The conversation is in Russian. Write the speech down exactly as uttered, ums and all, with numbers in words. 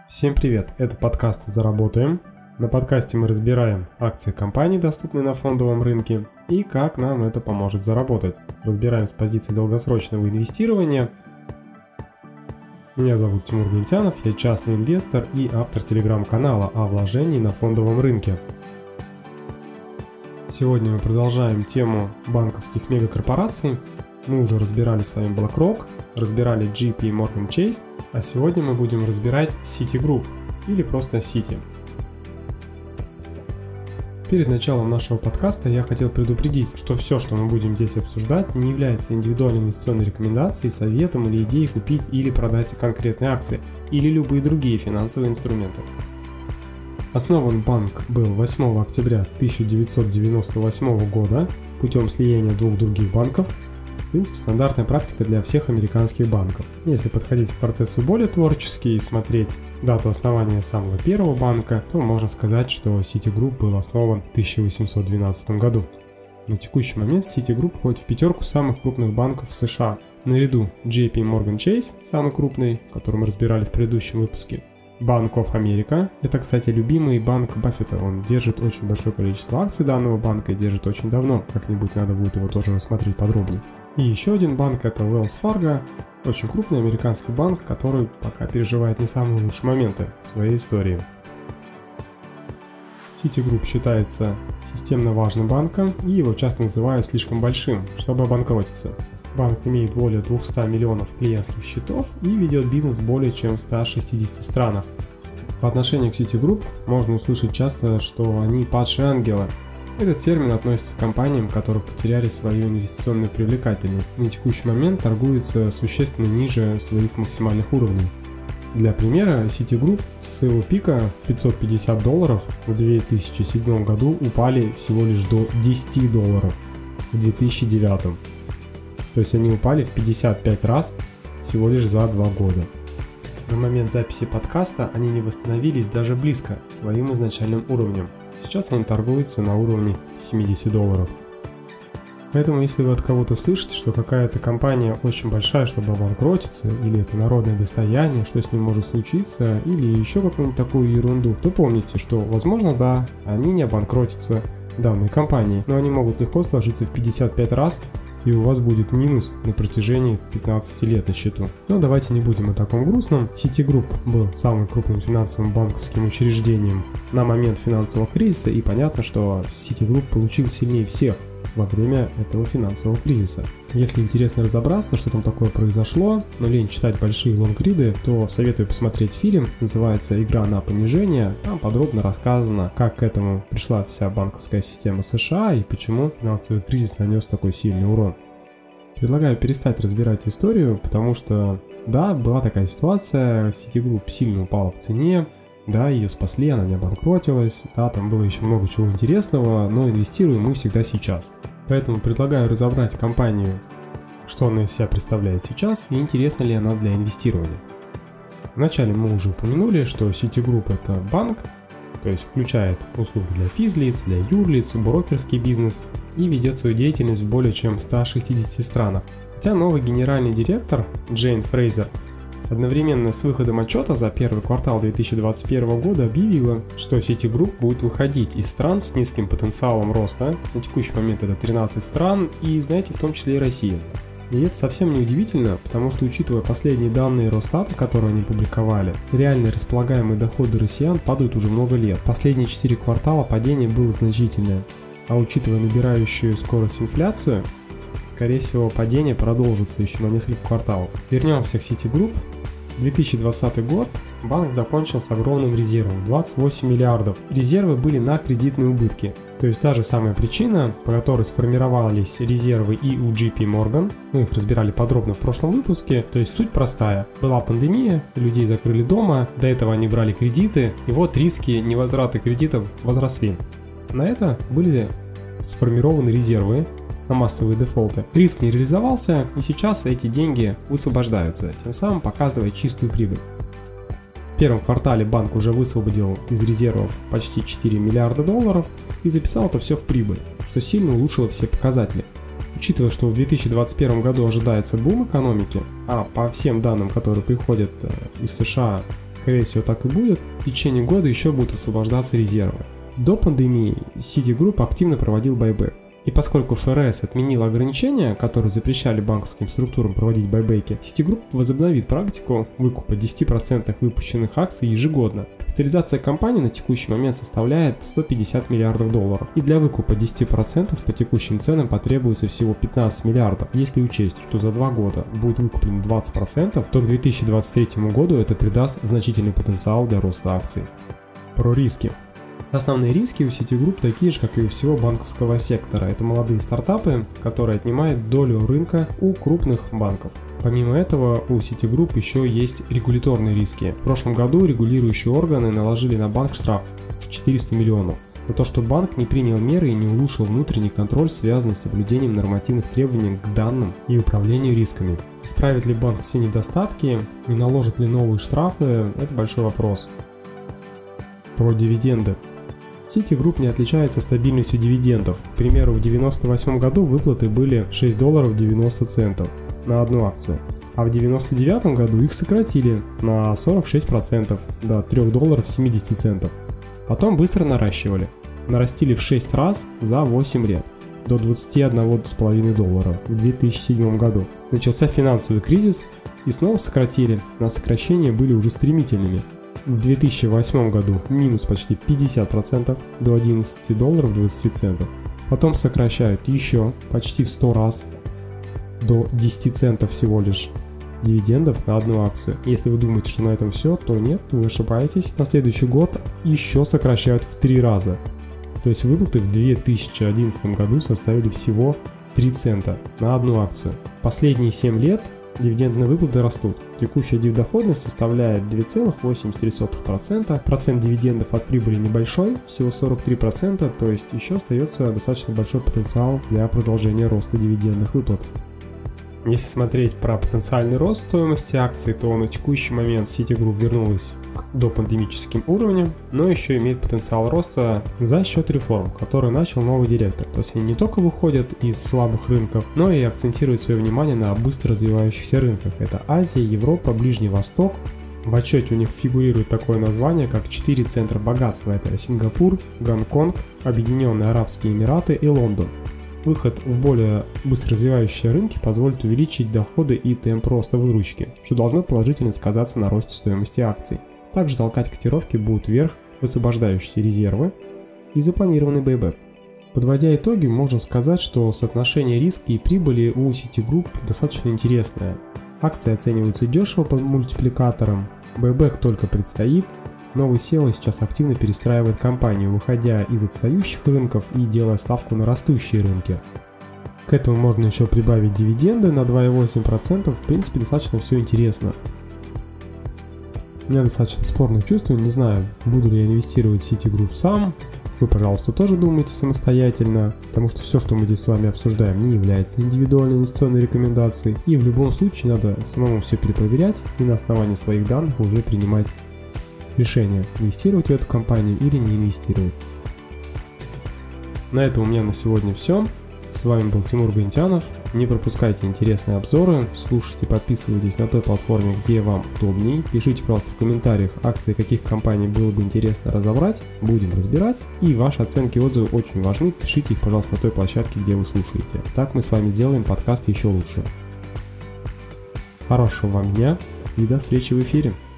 Всем привет, это подкаст «Заработаем». На подкасте мы разбираем акции компаний, доступные на фондовом рынке, и как нам это поможет заработать. Разбираем с позиции долгосрочного инвестирования. Меня зовут Тимур Гентянов, я частный инвестор и автор телеграм-канала о вложении на фондовом рынке. Сегодня мы продолжаем тему банковских мегакорпораций. Мы уже разбирали с вами BlackRock, разбирали джей пи Morgan Chase, а сегодня мы будем разбирать Citigroup или просто Citi. Перед началом нашего подкаста я хотел предупредить, что все, что мы будем здесь обсуждать, не является индивидуальной инвестиционной рекомендацией, советом или идеей купить или продать конкретные акции или любые другие финансовые инструменты. Основан банк был восьмого октября тысяча девятьсот девяносто восьмого года путем слияния двух других банков. В принципе, стандартная практика для всех американских банков. Если подходить к процессу более творчески и смотреть дату основания самого первого банка, то можно сказать, что Citigroup был основан в тысяча восемьсот двенадцатом году. На текущий момент Citigroup входит в пятерку самых крупных банков США. Наряду джей пи Morgan Chase, самый крупный, который мы разбирали в предыдущем выпуске. Bank of America. Это, кстати, любимый банк Баффета. Он держит очень большое количество акций данного банка и держит очень давно. Как-нибудь надо будет его тоже рассмотреть подробнее. И еще один банк — это Wells Fargo. Очень крупный американский банк, который пока переживает не самые лучшие моменты в своей истории. Citigroup считается системно важным банком, и его часто называют слишком большим, чтобы обанкротиться. Банк имеет более двухсот миллионов клиентских счетов и ведет бизнес в более чем в ста шестидесяти странах. По отношению к Citigroup можно услышать часто, что они падшие ангелы. Этот термин относится к компаниям, которые потеряли свою инвестиционную привлекательность и на текущий момент торгуются существенно ниже своих максимальных уровней. Для примера, Citigroup со своего пика в пятьсот пятьдесят долларов в две тысячи седьмом году упали всего лишь до десяти долларов в две тысячи девятом. То есть они упали в пятьдесят пять раз всего лишь за два года. На момент записи подкаста они не восстановились даже близко к своим изначальным уровням. Сейчас они торгуются на уровне семидесяти долларов. Поэтому если вы от кого-то слышите, что какая-то компания очень большая, чтобы обанкротиться, или это народное достояние, что с ним может случиться, или еще какую-нибудь такую ерунду, то помните, что возможно, да, они не обанкротятся, данные компании, но они могут легко сложиться в пятьдесят пять раз, и у вас будет минус на протяжении пятнадцати лет на счету. Но давайте не будем о таком грустном. Citigroup был самым крупным финансовым банковским учреждением на момент финансового кризиса, и понятно, что Citigroup получил сильнее всех во время этого финансового кризиса. Если интересно разобраться, что там такое произошло, но лень читать большие лонгриды, то советую посмотреть фильм, называется «Игра на понижение». Там подробно рассказано, как к этому пришла вся банковская система США и почему финансовый кризис нанес такой сильный урон. Предлагаю перестать разбирать историю, потому что, да, была такая ситуация, Citigroup сильно упала в цене, да, ее спасли, она не обанкротилась, да, там было еще много чего интересного, но инвестируем мы всегда сейчас. Поэтому предлагаю разобрать компанию, что она из себя представляет сейчас и интересна ли она для инвестирования. Вначале мы уже упомянули, что Citigroup — это банк, то есть включает услуги для физлиц, для юрлиц, брокерский бизнес и ведет свою деятельность в более чем ста шестидесяти странах. Хотя новый генеральный директор Джейн Фрейзер одновременно с выходом отчета за первый квартал две тысячи двадцать первого года объявила, что Citigroup будет выходить из стран с низким потенциалом роста. На текущий момент это тринадцать стран и, знаете, в том числе и Россия. И это совсем не удивительно, потому что, учитывая последние данные Росстата, которые они публиковали, реальные располагаемые доходы россиян падают уже много лет. Последние четыре квартала падение было значительное. А учитывая набирающую скорость инфляцию, скорее всего, падение продолжится еще на несколько кварталов. Вернемся к Citigroup. две тысячи двадцатый год банк закончил с огромным резервом – двадцать восемь миллиардов. Резервы были на кредитные убытки. То есть та же самая причина, по которой сформировались резервы и у джей пи Morgan. Мы их разбирали подробно в прошлом выпуске. То есть суть простая. Была пандемия, людей закрыли дома, до этого они брали кредиты, и вот риски невозврата кредитов возросли. На это были сформированы резервы на массовые дефолты. Риск не реализовался, и сейчас эти деньги высвобождаются, тем самым показывая чистую прибыль. В первом квартале банк уже высвободил из резервов почти четыре миллиарда долларов и записал это все в прибыль, что сильно улучшило все показатели. Учитывая, что в две тысячи двадцать первом году ожидается бум экономики, а по всем данным, которые приходят из США, скорее всего так и будет, в течение года еще будут освобождаться резервы. До пандемии Citigroup активно проводил байбек. И поскольку эф эр эс отменила ограничения, которые запрещали банковским структурам проводить байбеки, Citigroup возобновит практику выкупа десять процентов выпущенных акций ежегодно. Капитализация компании на текущий момент составляет сто пятьдесят миллиардов долларов, и для выкупа десять процентов по текущим ценам потребуется всего пятнадцать миллиардов. Если учесть, что за два года будет выкуплено двадцать процентов, то к две тысячи двадцать третьему году это придаст значительный потенциал для роста акций. Про риски. Основные риски у Citigroup такие же, как и у всего банковского сектора. Это молодые стартапы, которые отнимают долю рынка у крупных банков. Помимо этого, у Citigroup еще есть регуляторные риски. В прошлом году регулирующие органы наложили на банк штраф в четыреста миллионов за то, что банк не принял меры и не улучшил внутренний контроль, связанный с соблюдением нормативных требований к данным и управлению рисками. Исправит ли банк все недостатки и наложит ли новые штрафы – это большой вопрос. Про дивиденды. Citigroup не отличается стабильностью дивидендов. К примеру, в девяносто восьмом году выплаты были шесть долларов девяносто центов на одну акцию, а в девяносто девятом году их сократили на сорок шесть процентов до трёх долларов семьдесят центов. Потом быстро наращивали. Нарастили в шесть раз за восемь лет, до двадцати одного и пяти десятых доллара в две тысячи седьмом году. Начался финансовый кризис и снова сократили, но сокращения были уже стремительными. В две тысячи восьмом году минус почти пятьдесят процентов до одиннадцати долларов двадцати центов. Потом сокращают еще почти в сто раз до десяти центов всего лишь дивидендов на одну акцию. Если вы думаете, что на этом все, то нет, вы ошибаетесь. На следующий год еще сокращают в три раза. То есть выплаты в две тысячи одиннадцатом году составили всего три цента на одну акцию. Последние семь лет дивидендные выплаты растут. Текущая дивдоходность составляет две целых восемьдесят три сотых процента. Процент дивидендов от прибыли небольшой, всего сорок три процента, то есть еще остается достаточно большой потенциал для продолжения роста дивидендных выплат. Если смотреть про потенциальный рост стоимости акций, то на текущий момент Citigroup вернулась к допандемическим уровням, но еще имеет потенциал роста за счет реформ, которые начал новый директор. То есть они не только выходят из слабых рынков, но и акцентируют свое внимание на быстро развивающихся рынках. Это Азия, Европа, Ближний Восток. В отчете у них фигурирует такое название, как четыре центра богатства. Это Сингапур, Гонконг, Объединенные Арабские Эмираты и Лондон. Выход в более быстро развивающиеся рынки позволит увеличить доходы и темп роста выручки, что должно положительно сказаться на росте стоимости акций. Также толкать котировки будут вверх высвобождающиеся резервы и запланированный байбек. Подводя итоги, можно сказать, что соотношение риска и прибыли у Citigroup достаточно интересное. Акции оцениваются дешево по мультипликаторам, байбек только предстоит. Новый сео сейчас активно перестраивает компанию, выходя из отстающих рынков и делая ставку на растущие рынки. К этому можно еще прибавить дивиденды на два целых восемь десятых процента, в принципе достаточно все интересно. У меня достаточно спорное чувство, не знаю, буду ли я инвестировать в Citigroup сам. Вы, пожалуйста, тоже думайте самостоятельно, потому что все, что мы здесь с вами обсуждаем, не является индивидуальной инвестиционной рекомендацией. И в любом случае надо самому все перепроверять и на основании своих данных уже принимать решение, инвестировать в эту компанию или не инвестировать. На этом у меня на сегодня все. С вами был Тимур Гантянов. Не пропускайте интересные обзоры, слушайте, подписывайтесь на той платформе, где вам удобней. Пишите, пожалуйста, в комментариях, акции каких компаний было бы интересно разобрать. Будем разбирать. И ваши оценки и отзывы очень важны. Пишите их, пожалуйста, на той площадке, где вы слушаете. Так мы с вами сделаем подкаст еще лучше. Хорошего вам дня и до встречи в эфире.